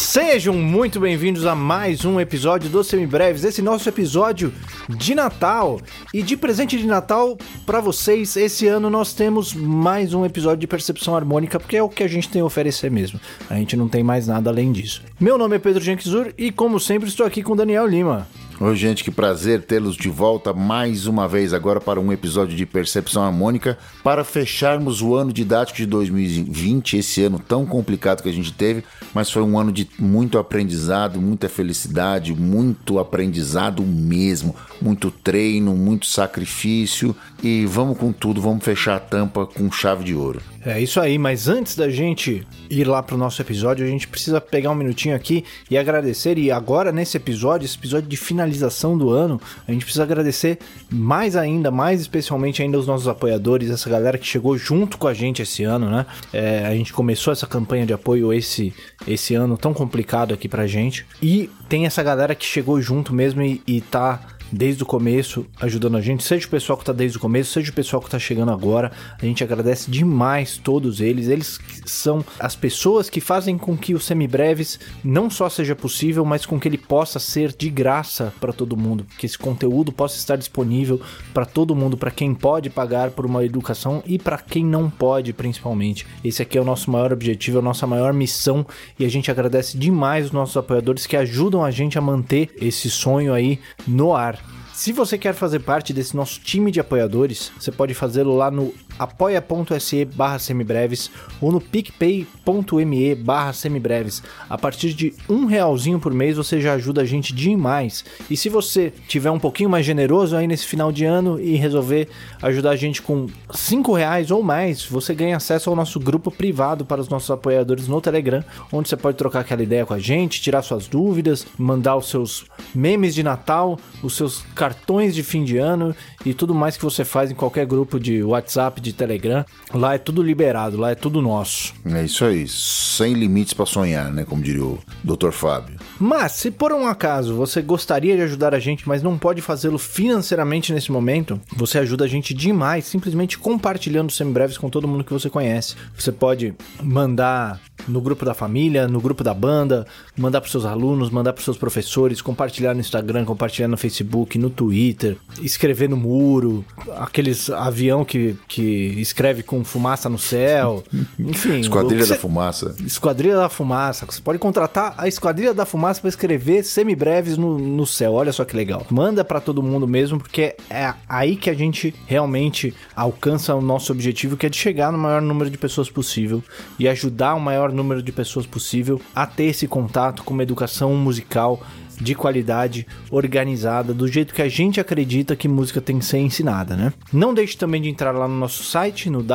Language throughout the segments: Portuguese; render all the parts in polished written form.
Sejam muito bem-vindos a mais um episódio do Semibreves, esse nosso episódio de Natal. E de presente de Natal para vocês, esse ano nós temos mais um episódio de Percepção Harmônica, porque é o que a gente tem a oferecer mesmo. A gente não tem mais nada além disso. Meu nome é Pedro Genquizur e, como sempre, estou aqui com Daniel Lima. Oi, gente, que prazer tê-los de volta mais uma vez agora para um episódio de Percepção Harmônica para fecharmos o ano didático de 2020, esse ano tão complicado que a gente teve, mas foi um ano de muito aprendizado, muita felicidade, muito aprendizado mesmo, muito treino, muito sacrifício e vamos com tudo, vamos fechar a tampa com chave de ouro. É isso aí, mas antes da gente ir lá pro nosso episódio, a gente precisa pegar um minutinho aqui e agradecer, e agora nesse episódio, esse episódio de finalização do ano, a gente precisa agradecer mais ainda, mais especialmente ainda os nossos apoiadores, essa galera que chegou junto com a gente esse ano, né? A gente começou essa campanha de apoio esse ano tão complicado aqui pra gente, e tem essa galera que chegou junto mesmo e tá desde o começo ajudando a gente, seja o pessoal que tá desde o começo, seja o pessoal que tá chegando agora. A gente agradece demais todos eles são as pessoas que fazem com que o Semibreves não só seja possível, mas com que ele possa ser de graça para todo mundo, que esse conteúdo possa estar disponível para todo mundo, para quem pode pagar por uma educação e para quem não pode, principalmente. Esse aqui é o nosso maior objetivo, é a nossa maior missão, e a gente agradece demais os nossos apoiadores que ajudam a gente a manter esse sonho aí no ar. Se você quer fazer parte desse nosso time de apoiadores, você pode fazê-lo lá no apoia.se/semibreves ou no picpay.me/semibreves. A partir de R$1 por mês você já ajuda a gente demais. E se você tiver um pouquinho mais generoso aí nesse final de ano e resolver ajudar a gente com R$5 ou mais, você ganha acesso ao nosso grupo privado para os nossos apoiadores no Telegram, onde você pode trocar aquela ideia com a gente, tirar suas dúvidas, mandar os seus memes de Natal, os seus cartões de fim de ano e tudo mais que você faz em qualquer grupo de WhatsApp, de Telegram. Lá é tudo liberado, lá é tudo nosso. É isso aí, sem limites para sonhar, né? Como diria o Dr. Fábio. Mas, se por um acaso você gostaria de ajudar a gente, mas não pode fazê-lo financeiramente nesse momento, você ajuda a gente demais, simplesmente compartilhando os Semibreves com todo mundo que você conhece. Você pode mandar no grupo da família, no grupo da banda, mandar para seus alunos, mandar para seus professores, compartilhar no Instagram, compartilhar no Facebook, no Twitter, escrever no muro, aqueles avião que escreve com fumaça no céu, enfim. Esquadrilha da Fumaça. Esquadrilha da Fumaça. Você pode contratar a Esquadrilha da Fumaça para escrever Semibreves no céu. Olha só que legal. Manda para todo mundo mesmo, porque é aí que a gente realmente alcança o nosso objetivo, que é de chegar no maior número de pessoas possível e ajudar o maior número de pessoas possível a ter esse contato com uma educação musical de qualidade, organizada, do jeito que a gente acredita que música tem que ser ensinada, né? Não deixe também de entrar lá no nosso site, no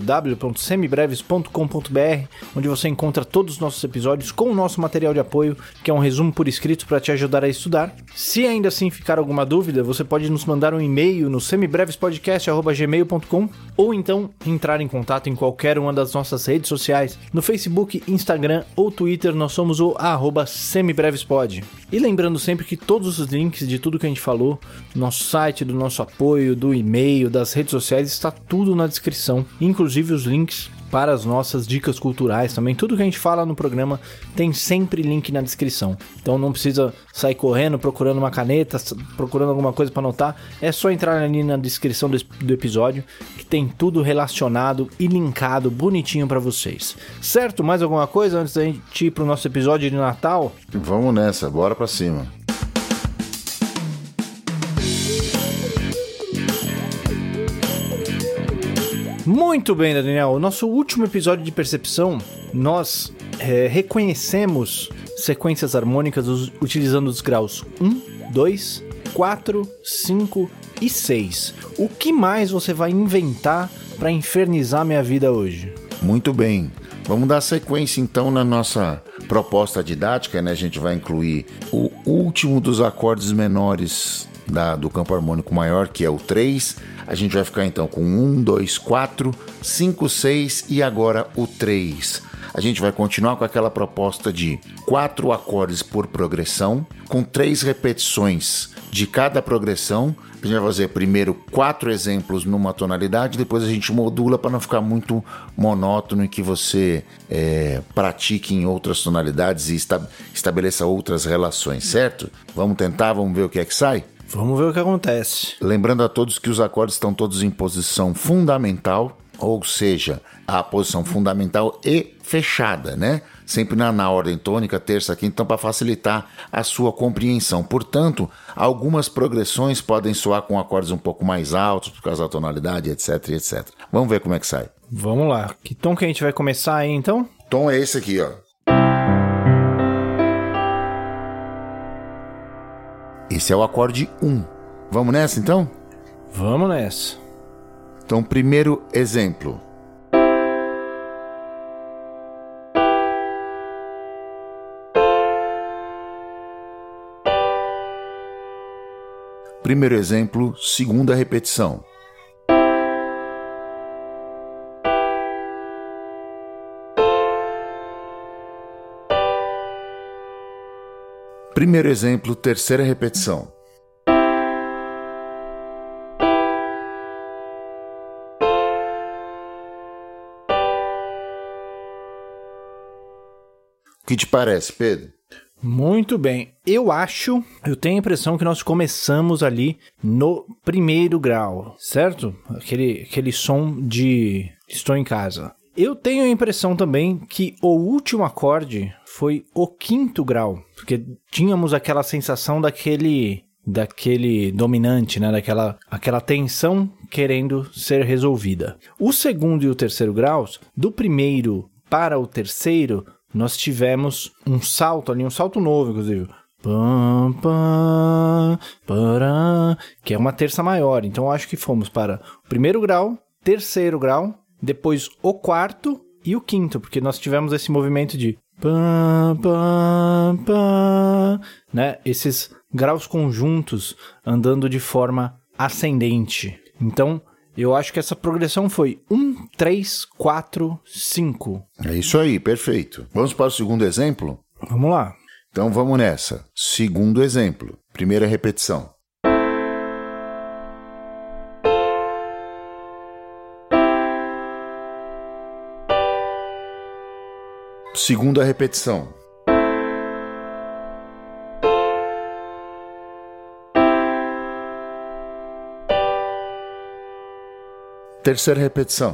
www.semibreves.com.br, onde você encontra todos os nossos episódios com o nosso material de apoio, que é um resumo por escrito para te ajudar a estudar. Se ainda assim ficar alguma dúvida, você pode nos mandar um e-mail no semibrevespodcast@gmail.com ou então entrar em contato em qualquer uma das nossas redes sociais, no Facebook, Instagram ou Twitter. Nós somos o @semibrevespod. E lembrando sempre que todos os links de tudo que a gente falou, do nosso site, do nosso apoio, do e-mail, das redes sociais, está tudo na descrição, inclusive os links para as nossas dicas culturais também. Tudo que a gente fala no programa tem sempre link na descrição. Então não precisa sair correndo, procurando uma caneta, procurando alguma coisa para anotar. É só entrar ali na descrição do episódio, que tem tudo relacionado e linkado bonitinho para vocês. Certo? Mais alguma coisa antes da gente ir pro nosso episódio de Natal? Vamos nessa, bora pra cima. Muito bem, Daniel. O nosso último episódio de Percepção, nós reconhecemos sequências harmônicas utilizando os graus 1, 2, 4, 5 e 6. O que mais você vai inventar para infernizar minha vida hoje? Muito bem. Vamos dar sequência então na nossa proposta didática, né? A gente vai incluir o último dos acordes menores do campo harmônico maior, que é o 3. A gente vai ficar então com 1, 2, 4, 5, 6 e agora o 3. a gente vai continuar com aquela proposta de 4 acordes por progressão, com 3 repetições de cada progressão. A gente vai fazer primeiro 4 exemplos numa tonalidade, depois a gente modula para não ficar muito monótono e que você pratique em outras tonalidades e estabeleça outras relações, certo? Vamos tentar, vamos ver o que é que sai? Vamos ver o que acontece. Lembrando a todos que os acordes estão todos em posição fundamental, ou seja, a posição fundamental e fechada, né? Sempre na ordem tônica, terça, quinta, então para facilitar a sua compreensão. Portanto, algumas progressões podem soar com acordes um pouco mais altos, por causa da tonalidade, etc, etc. Vamos ver como é que sai. Vamos lá. Que tom que a gente vai começar aí, então? Tom é esse aqui, ó. Esse é o acorde 1. Vamos nessa, então? Vamos nessa. Então, primeiro exemplo. Primeiro exemplo, segunda repetição. Primeiro exemplo, terceira repetição. O que te parece, Pedro? Muito bem. Eu tenho a impressão que nós começamos ali no primeiro grau, certo? Aquele som de estou em casa. Eu tenho a impressão também que o último acorde foi o quinto grau, porque tínhamos aquela sensação daquele dominante, né? Aquela tensão querendo ser resolvida. O segundo e o terceiro graus, do primeiro para o terceiro, nós tivemos um salto ali, um salto novo, inclusive. Pam, pam, param, que é uma terça maior. Então, eu acho que fomos para o primeiro grau, terceiro grau, depois o quarto e o quinto, porque nós tivemos esse movimento de pam, pam, pam, né? Esses graus conjuntos andando de forma ascendente. Então, eu acho que essa progressão foi 1, 3, 4, 5. É isso aí, perfeito. Vamos para o segundo exemplo? Vamos lá. Então vamos nessa. Segundo exemplo. Primeira repetição. Segunda repetição. Terceira repetição.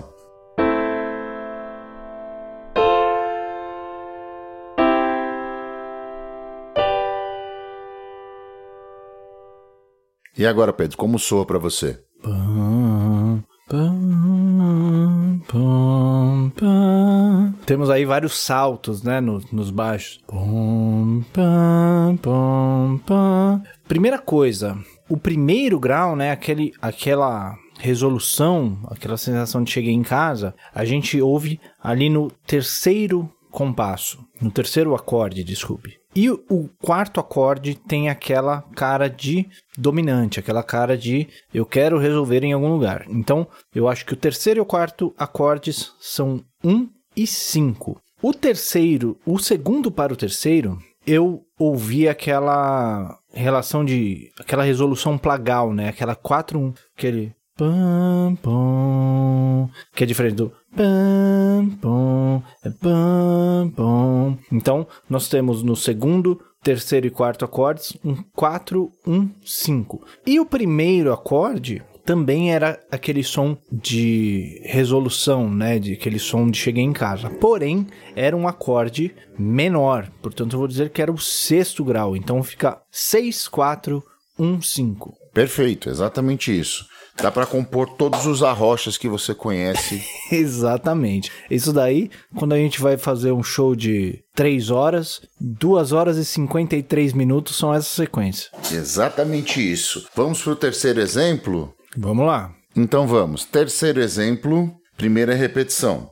E agora, Pedro, como soa para você? Pam, pam, pam, pam. Temos aí vários saltos, né, nos baixos. Pam, pam, pam, pam. Primeira coisa, o primeiro grau, né, aquela resolução, aquela sensação de cheguei em casa, a gente ouve ali no terceiro compasso, no terceiro acorde, desculpe. E o quarto acorde tem aquela cara de dominante, aquela cara de eu quero resolver em algum lugar. Então, eu acho que o terceiro e o quarto acordes são 1 e 5. O segundo para o terceiro, eu ouvi aquela relação aquela resolução plagal, né? Aquela 4-1, aquele pam, pam, que é diferente do pam, pam, pam, pam. Então, nós temos no segundo, terceiro e quarto acordes um 4, 1, 5. E o primeiro acorde também era aquele som de resolução, né? Aquele som de cheguei em casa. Porém, era um acorde menor. Portanto, eu vou dizer que era o sexto grau. Então, fica 6, 4, 1, 5. Perfeito, exatamente isso. Dá para compor todos os arrochas que você conhece. Exatamente. Isso daí, quando a gente vai fazer um show de 3 horas, 2 horas e 53 minutos são essa sequência. Exatamente isso. Vamos para o terceiro exemplo? Vamos lá. Então vamos. Terceiro exemplo, primeira repetição.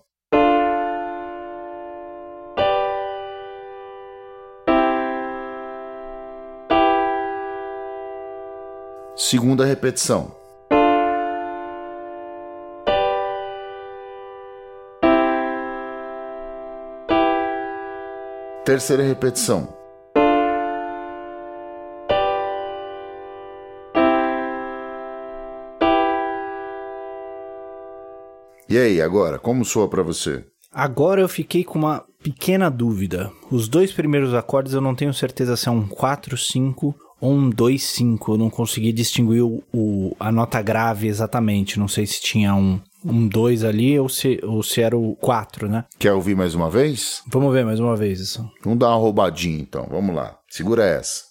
Segunda repetição. Terceira repetição. E aí, agora, como soa pra você? Agora eu fiquei com uma pequena dúvida. Os dois primeiros acordes eu não tenho certeza se é um 4-5 ou um 2-5. Eu não consegui distinguir a nota grave exatamente. Não sei se tinha um 2 ali ou se era o 4, né? Quer ouvir mais uma vez? Vamos ver mais uma vez isso. Vamos dar uma roubadinha então, vamos lá. Segura essa.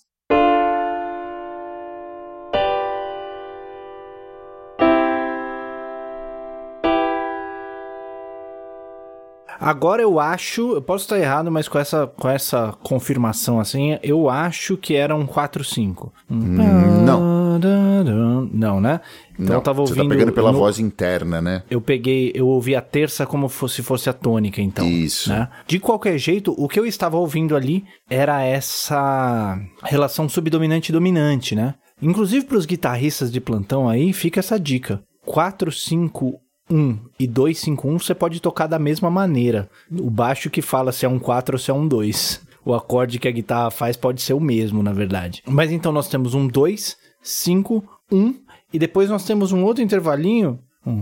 Agora eu posso estar errado, mas com essa confirmação assim, eu acho que era um 4-5. Não. Não, né? Então não, eu tava ouvindo... Você tá pegando pela voz interna, né? Eu ouvi a terça como se fosse a tônica, então. Isso. Né? De qualquer jeito, o que eu estava ouvindo ali era essa relação subdominante e dominante, né? Inclusive para os guitarristas de plantão aí, fica essa dica. 4-5-1 e 2-5-1 você pode tocar da mesma maneira. O baixo que fala se é um 4 ou se é um 2. O acorde que a guitarra faz pode ser o mesmo, na verdade. Mas então nós temos um 2, 5, 1 e depois nós temos um outro intervalinho,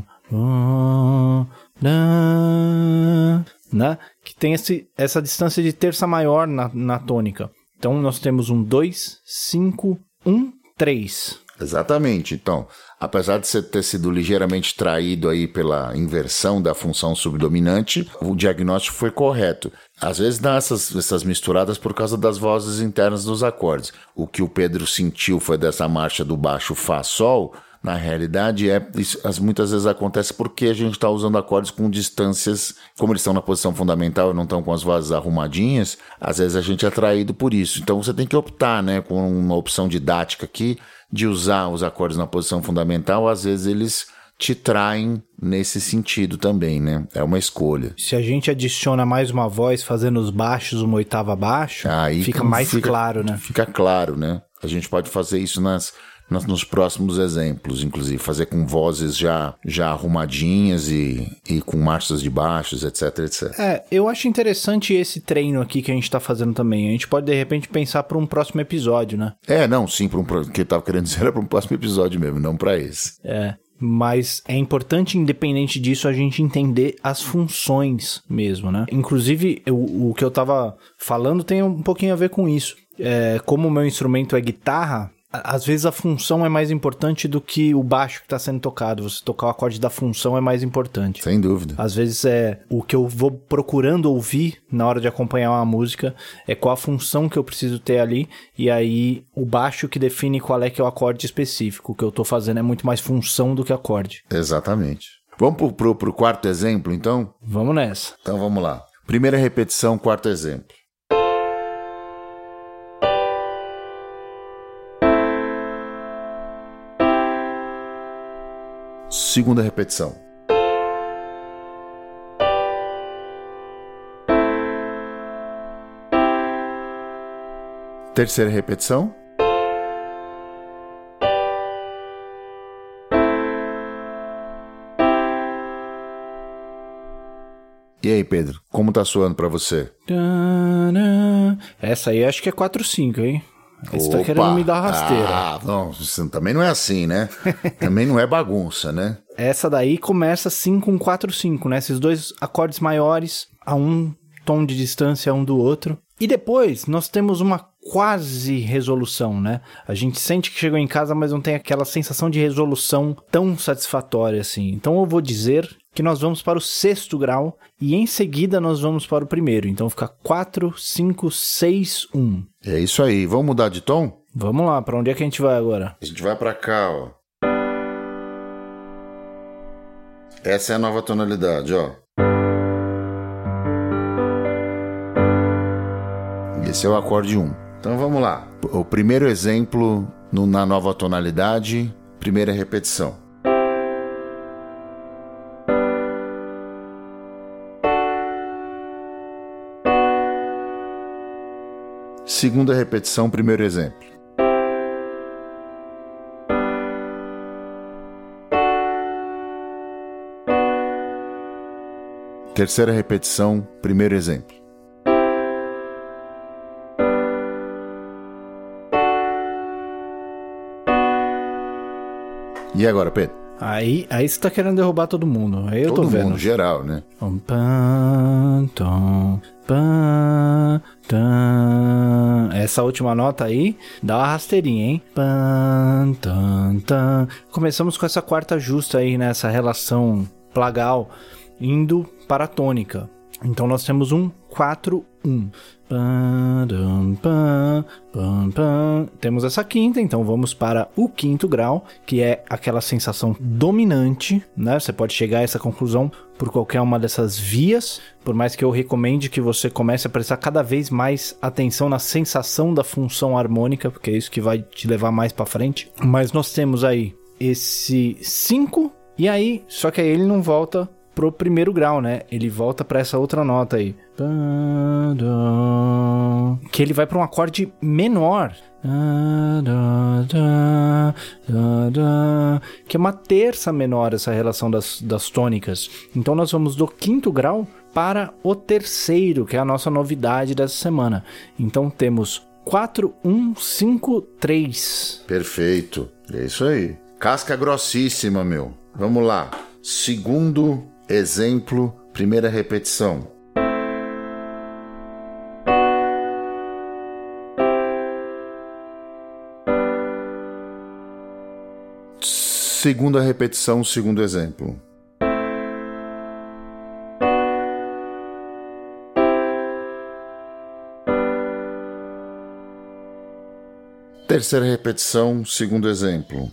né? Que tem essa distância de terça maior na tônica. Então nós temos um 2, 5, 1, 3. Exatamente. Então, apesar de você ter sido ligeiramente traído aí pela inversão da função subdominante, o diagnóstico foi correto. Às vezes dá essas misturadas por causa das vozes internas dos acordes. O que o Pedro sentiu foi dessa marcha do baixo Fá-Sol. Na realidade, muitas vezes acontece porque a gente está usando acordes com distâncias, como eles estão na posição fundamental e não estão com as vozes arrumadinhas, às vezes a gente é atraído por isso. Então você tem que optar, né, com uma opção didática aqui, de usar os acordes na posição fundamental, às vezes eles te traem nesse sentido também, né? É uma escolha. Se a gente adiciona mais uma voz fazendo os baixos uma oitava abaixo, aí fica mais claro, né? Fica claro, né? A gente pode fazer isso nos próximos exemplos, inclusive, fazer com vozes já arrumadinhas e com marchas de baixos, etc, etc. Eu acho interessante esse treino aqui que a gente tá fazendo também. A gente pode, de repente, pensar para um próximo episódio, né? Sim, o que eu tava querendo dizer era para um próximo episódio mesmo, não para esse. Mas é importante, independente disso, a gente entender as funções mesmo, né? Inclusive, o que eu tava falando tem um pouquinho a ver com isso. Como o meu instrumento é guitarra, às vezes a função é mais importante do que o baixo que está sendo tocado. Você tocar o acorde da função é mais importante. Sem dúvida. Às vezes o que eu vou procurando ouvir na hora de acompanhar uma música é qual a função que eu preciso ter ali, e aí o baixo que define qual é que é o acorde específico. O que eu estou fazendo é muito mais função do que acorde. Exatamente. Vamos pro quarto exemplo, então? Vamos nessa. Então vamos lá. Primeira repetição, quarto exemplo. Segunda repetição. Terceira repetição. E aí, Pedro, como tá soando pra você? Essa aí acho que é 4-5, hein? Você tá querendo me dar rasteira. Não, também não é assim, né? Também não é bagunça, né? Essa daí começa assim com 4-5, né? Esses dois acordes maiores a um tom de distância um do outro. E depois nós temos uma quase resolução, né? A gente sente que chegou em casa, mas não tem aquela sensação de resolução tão satisfatória assim. Então eu vou dizer que nós vamos para o sexto grau e em seguida nós vamos para o primeiro. Então fica 4, 5, 6, 1. É isso aí. Vamos mudar de tom? Vamos lá, para onde é que a gente vai agora? A gente vai para cá, ó. Essa é a nova tonalidade, ó. Esse é o acorde 1. Então vamos lá. O primeiro exemplo na nova tonalidade, primeira repetição. Segunda repetição, primeiro exemplo. Terceira repetição, primeiro exemplo. E agora, Pedro? Aí você tá querendo derrubar todo mundo. Aí eu tô vendo. Todo mundo, geral, né? Essa última nota aí dá uma rasteirinha, hein? Começamos com essa quarta justa aí, nessa relação plagal, indo para a tônica. Então nós temos um 4-1. Temos essa quinta, então vamos para o quinto grau, que é aquela sensação dominante, né? Você pode chegar a essa conclusão por qualquer uma dessas vias, por mais que eu recomende que você comece a prestar cada vez mais atenção na sensação da função harmônica, porque é isso que vai te levar mais para frente. Mas nós temos aí esse 5, e aí, só que aí ele não volta pro primeiro grau, né? Ele volta para essa outra nota aí. Que ele vai para um acorde menor. Que é uma terça menor essa relação das tônicas. Então nós vamos do quinto grau para o terceiro, que é a nossa novidade dessa semana. Então temos 4, 1, 5, 3. Perfeito. É isso aí. Casca grossíssima, meu. Vamos lá. Segundo exemplo, primeira repetição. Segunda repetição, segundo exemplo. Terceira repetição, segundo exemplo.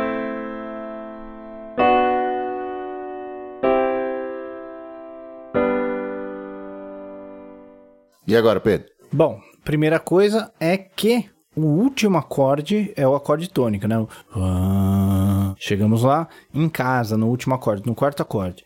E agora, Pedro? Bom, primeira coisa é que o último acorde é o acorde tônico, né? Chegamos lá em casa, no último acorde, no quarto acorde.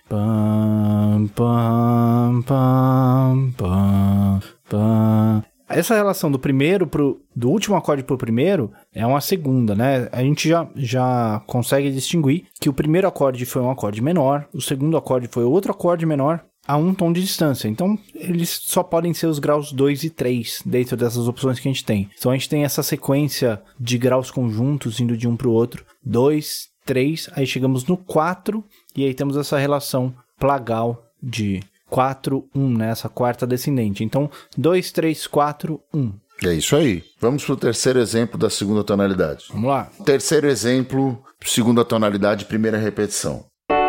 Essa relação do último acorde pro primeiro é uma segunda, né? A gente já consegue distinguir que o primeiro acorde foi um acorde menor, o segundo acorde foi outro acorde menor, a um tom de distância. Então, eles só podem ser os graus 2 e 3 dentro dessas opções que a gente tem. Então, a gente tem essa sequência de graus conjuntos indo de um para o outro. 2, 3, aí chegamos no 4 e aí temos essa relação plagal de 4, 1, né? Essa quarta descendente. Então, 2, 3, 4, 1. É isso aí. Vamos para o terceiro exemplo da segunda tonalidade. Vamos lá. Terceiro exemplo, segunda tonalidade, primeira repetição.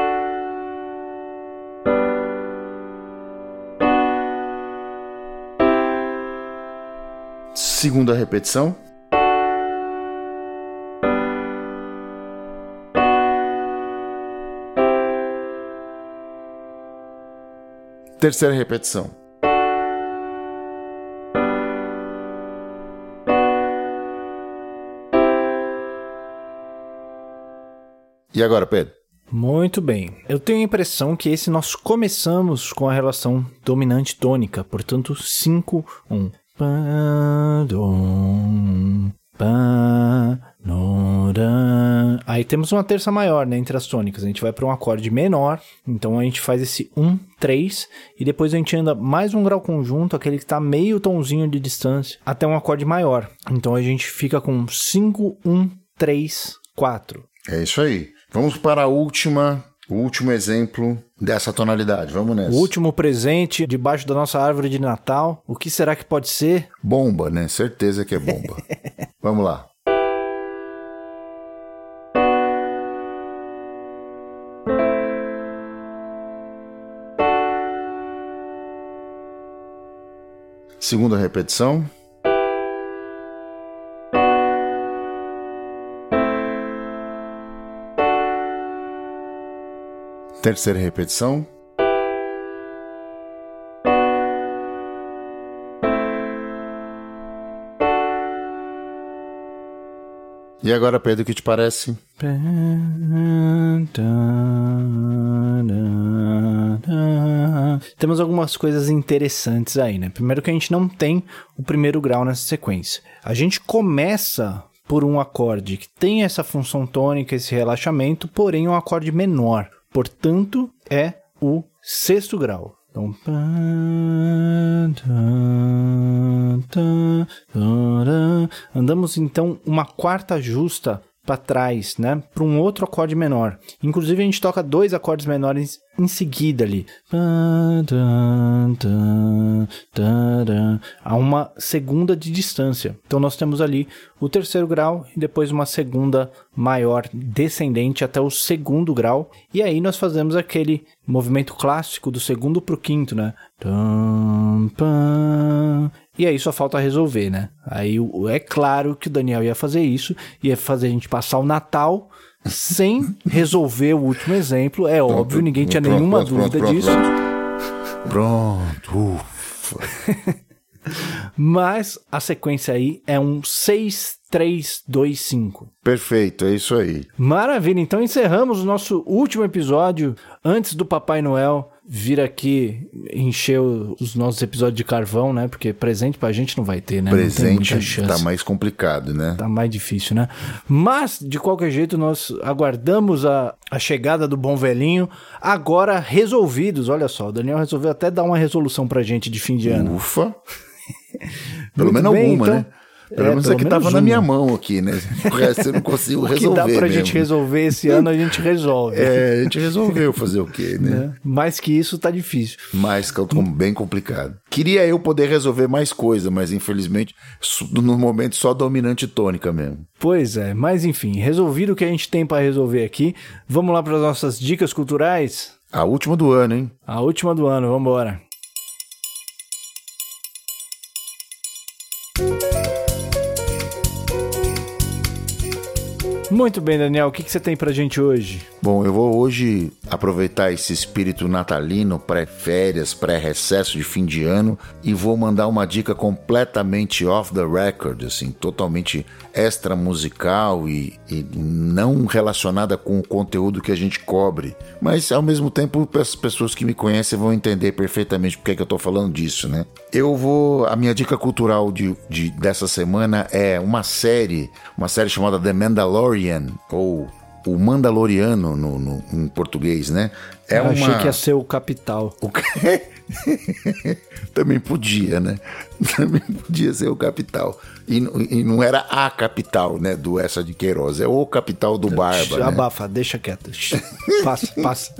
Segunda repetição. Terceira repetição. E agora, Pedro? Muito bem. Eu tenho a impressão que esse nós começamos com a relação dominante tônica, portanto 5, 1. Aí temos uma terça maior, né, entre as tônicas. A gente vai para um acorde menor, então a gente faz esse 1, 3 e depois a gente anda mais um grau conjunto, aquele que está meio tomzinho de distância, até um acorde maior. Então a gente fica com 5, 1, 3, 4. É isso aí. Vamos para o último exemplo dessa tonalidade. Vamos nessa. O último presente debaixo da nossa árvore de Natal. O que será que pode ser? Bomba, né? Certeza que é bomba. Vamos lá. Segunda repetição. Terceira repetição. E agora, Pedro, o que te parece? Temos algumas coisas interessantes aí, né? Primeiro que a gente não tem o primeiro grau nessa sequência. A gente começa por um acorde que tem essa função tônica, esse relaxamento, porém um acorde menor. Portanto, é o sexto grau. Então, andamos então uma quarta justa para trás, né? Para um outro acorde menor. Inclusive a gente toca 2 acordes menores em seguida ali. A uma segunda de distância. Então nós temos ali o terceiro grau e depois uma segunda maior descendente até o segundo grau. E aí nós fazemos aquele movimento clássico do segundo para o quinto, né? E aí só falta resolver, né? Aí é claro que o Daniel ia fazer isso, ia fazer a gente passar o Natal sem resolver o último exemplo. É óbvio, ninguém tinha nenhuma dúvida disso. Pronto, ufa. Mas a sequência aí é um 6, 3, 2, 5. Perfeito, é isso aí. Maravilha, então encerramos o nosso último episódio antes do Papai Noel vir aqui encher os nossos episódios de carvão, né? Porque presente pra gente não vai ter, né? Presente não tem muita chance. Tá mais complicado, né? Tá mais difícil, né? Mas, de qualquer jeito, nós aguardamos a chegada do bom velhinho, agora resolvidos. Olha só, o Daniel resolveu até dar uma resolução pra gente de fim de ano. Ufa! Pelo menos bem, alguma, então, né? Pelo menos é que tava na minha mão aqui, né? O resto eu não consigo resolver. O que dá pra mesmo. gente resolver esse ano, a gente resolve. É, a gente resolveu fazer o quê, né? Mais que isso, tá difícil. Mais bem complicado. Queria eu poder resolver mais coisa, mas infelizmente, no momento, só dominante tônica mesmo. Pois é, mas enfim, resolvido o que a gente tem pra resolver aqui. Vamos lá para as nossas dicas culturais? A última do ano, hein? A última do ano, vambora. Muito bem, Daniel, o que você tem pra gente hoje? Bom, eu vou hoje aproveitar esse espírito natalino, pré-férias, pré-recesso de fim de ano, e vou mandar uma dica completamente off the record, assim, totalmente extra musical e não relacionada com o conteúdo que a gente cobre. Mas, ao mesmo tempo, as pessoas que me conhecem vão entender perfeitamente porque é que eu tô falando disso, né? A minha dica cultural dessa semana é uma série chamada The Mandalorian, ou O Mandaloriano em português, né? Achei que ia ser o Capital. O quê? Também podia, né? Também podia ser o Capital. E não era a Capital, né? Do Essa de Queiroz. É o Capital do Barba, Abafa, né? Deixa quieto. Passa.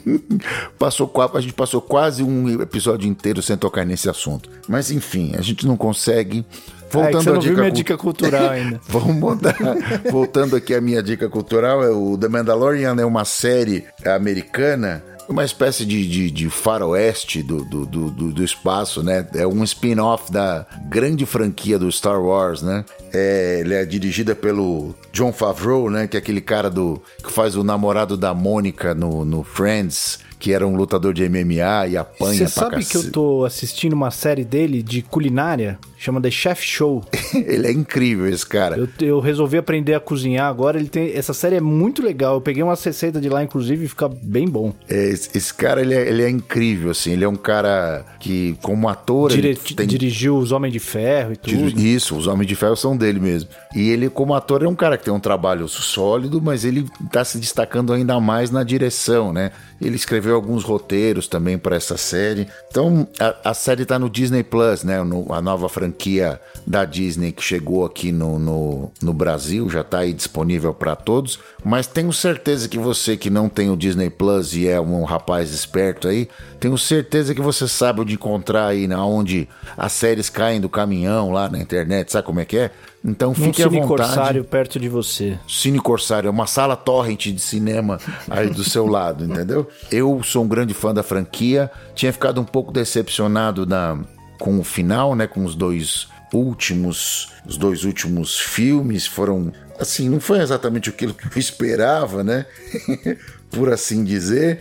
A gente passou quase um episódio inteiro sem tocar nesse assunto. Mas enfim, a gente não consegue. Voltando você não viu minha dica cultural ainda. Vamos mudar. Voltando aqui a minha dica cultural, o The Mandalorian é uma série americana, uma espécie de faroeste do espaço, né? É um spin-off da grande franquia do Star Wars, né? Ele é dirigida pelo Jon Favreau, né? Que é aquele cara que faz o namorado da Mônica no Friends, que era um lutador de MMA e apanha pra cacete. Você sabe que eu tô assistindo uma série dele de culinária, chama The Chef Show. Ele é incrível, esse cara. Eu resolvi aprender a cozinhar agora, essa série é muito legal, eu peguei uma receita de lá, inclusive, e fica bem bom. Esse cara, ele é incrível, assim, ele é um cara que, como ator... Dirigiu Os Homens de Ferro e tudo. Isso, Os Homens de Ferro são dele mesmo. E ele, como ator, é um cara que tem um trabalho sólido, mas ele tá se destacando ainda mais na direção, né? Ele escreveu alguns roteiros também para essa série. Então, a série tá no Disney Plus, né? A nova franquia da Disney que chegou aqui no Brasil, já tá aí disponível para todos. Mas tenho certeza que você que não tem o Disney Plus e é um rapaz esperto aí, tenho certeza que você sabe onde encontrar aí, onde as séries caem do caminhão lá na internet, sabe como é que é? Então fique à vontade. Cine Corsário perto de você. Cine Corsário, é uma sala torrent de cinema aí do seu lado, entendeu? Eu sou um grande fã da franquia, tinha ficado um pouco decepcionado com o final, né? Com os dois últimos filmes, foram, assim, não foi exatamente aquilo que eu esperava, né? Por assim dizer.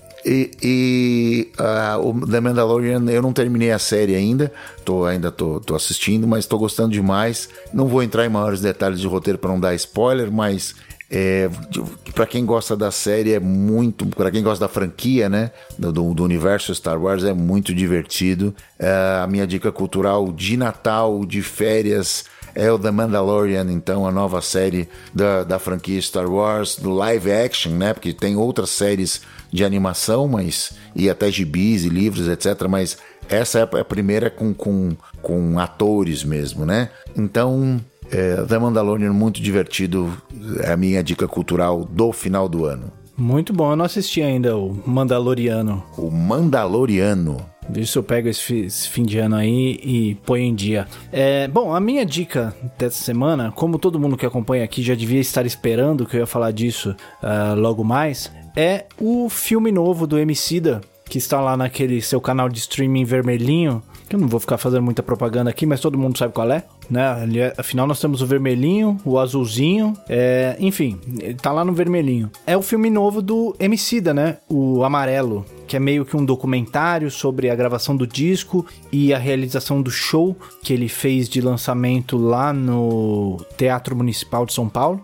O The Mandalorian, eu não terminei a série ainda, tô assistindo, mas tô gostando demais. Não vou entrar em maiores detalhes de roteiro para não dar spoiler, mas para quem gosta da série para quem gosta da franquia, né, do universo Star Wars, é muito divertido. A minha dica cultural de Natal, de férias, é o The Mandalorian, então, a nova série da franquia Star Wars, do live action, né? Porque tem outras séries de animação, e até gibis e livros, etc. Mas essa é a primeira com atores mesmo, né? Então, The Mandalorian, muito divertido. é a minha dica cultural do final do ano. Muito bom, eu não assisti ainda o Mandaloriano. O Mandaloriano. Isso eu pego esse fim de ano aí e põe em dia. Bom, a minha dica dessa semana, como todo mundo que acompanha aqui já devia estar esperando que eu ia falar disso logo mais, é o filme novo do Emicida, que está lá naquele seu canal de streaming vermelhinho, que eu não vou ficar fazendo muita propaganda aqui, mas todo mundo sabe qual é, né? Afinal, nós temos o vermelhinho, o azulzinho, enfim, tá lá no vermelhinho. É o filme novo do Emicida, né? O Amarelo, que é meio que um documentário sobre a gravação do disco e a realização do show que ele fez de lançamento lá no Teatro Municipal de São Paulo.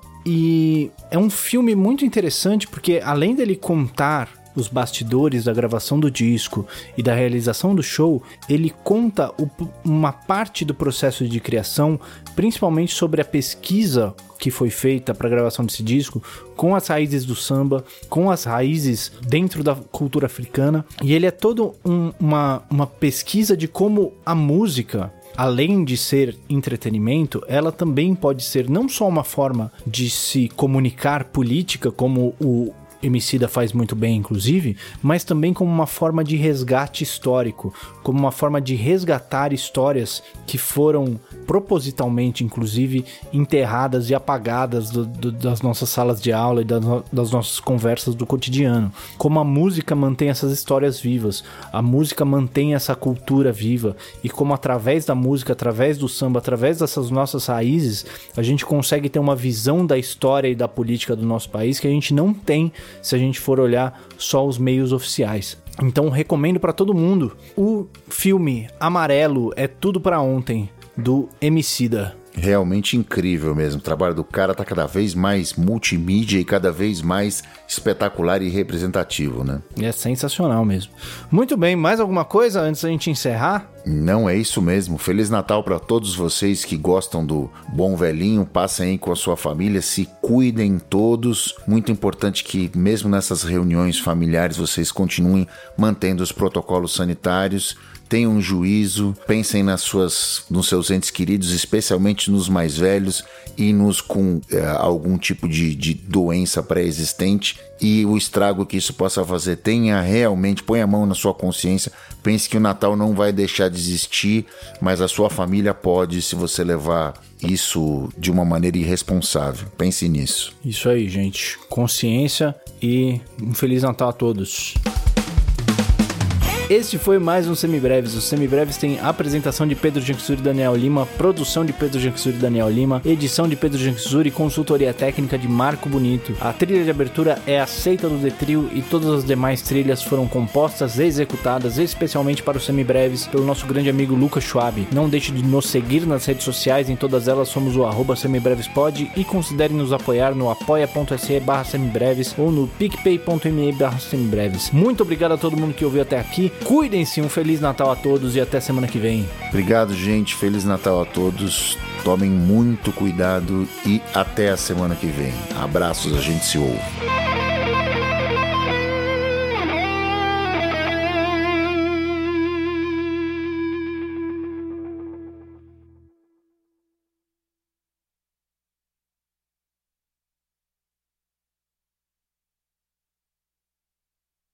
E é um filme muito interessante porque, além dele contar os bastidores da gravação do disco e da realização do show, ele conta uma parte do processo de criação, principalmente sobre a pesquisa que foi feita para a gravação desse disco, com as raízes do samba, com as raízes dentro da cultura africana, e ele é todo uma pesquisa de como a música, além de ser entretenimento, ela também pode ser não só uma forma de se comunicar política, como o Emicida faz muito bem, inclusive, mas também como uma forma de resgate histórico, como uma forma de resgatar histórias que foram propositalmente, inclusive, enterradas e apagadas das nossas salas de aula e das nossas conversas do cotidiano. Como a música mantém essas histórias vivas, a música mantém essa cultura viva, e como através da música, através do samba, através dessas nossas raízes, a gente consegue ter uma visão da história e da política do nosso país que a gente não tem se a gente for olhar só os meios oficiais. Então recomendo para todo mundo o filme Amarelo é Tudo Pra Ontem, do Emicida. Realmente incrível mesmo, o trabalho do cara tá cada vez mais multimídia e cada vez mais espetacular e representativo, né? É sensacional mesmo. Muito bem, mais alguma coisa antes da gente encerrar? Não, é isso mesmo. Feliz Natal para todos vocês que gostam do bom velhinho. Passem aí com a sua família, se cuidem todos. Muito importante que mesmo nessas reuniões familiares vocês continuem mantendo os protocolos sanitários. Tenham juízo, pensem nos seus entes queridos, especialmente nos mais velhos e nos com algum tipo de doença pré-existente, e o estrago que isso possa fazer. Põe a mão na sua consciência, pense que o Natal não vai deixar de existir, mas a sua família pode, se você levar isso de uma maneira irresponsável. Pense nisso. Isso aí, gente. Consciência e um Feliz Natal a todos. Este foi mais um Semibreves. Os Semibreves tem apresentação de Pedro Janquizuri e Daniel Lima, produção de Pedro Janquizuri e Daniel Lima, edição de Pedro Janquizuri e consultoria técnica de Marco Bonito. A trilha de abertura é a Seita do Detrio e todas as demais trilhas foram compostas e executadas especialmente para os Semibreves pelo nosso grande amigo Lucas Schwab. Não deixe de nos seguir nas redes sociais, em todas elas somos o @semibrevespod, e considere nos apoiar no apoia.se/semibreves ou no picpay.me/semibreves. Muito obrigado a todo mundo que ouviu até aqui. Cuidem-se, um Feliz Natal a todos e até semana que vem. Obrigado, gente. Feliz Natal a todos. Tomem muito cuidado e até a semana que vem. Abraços, a gente se ouve.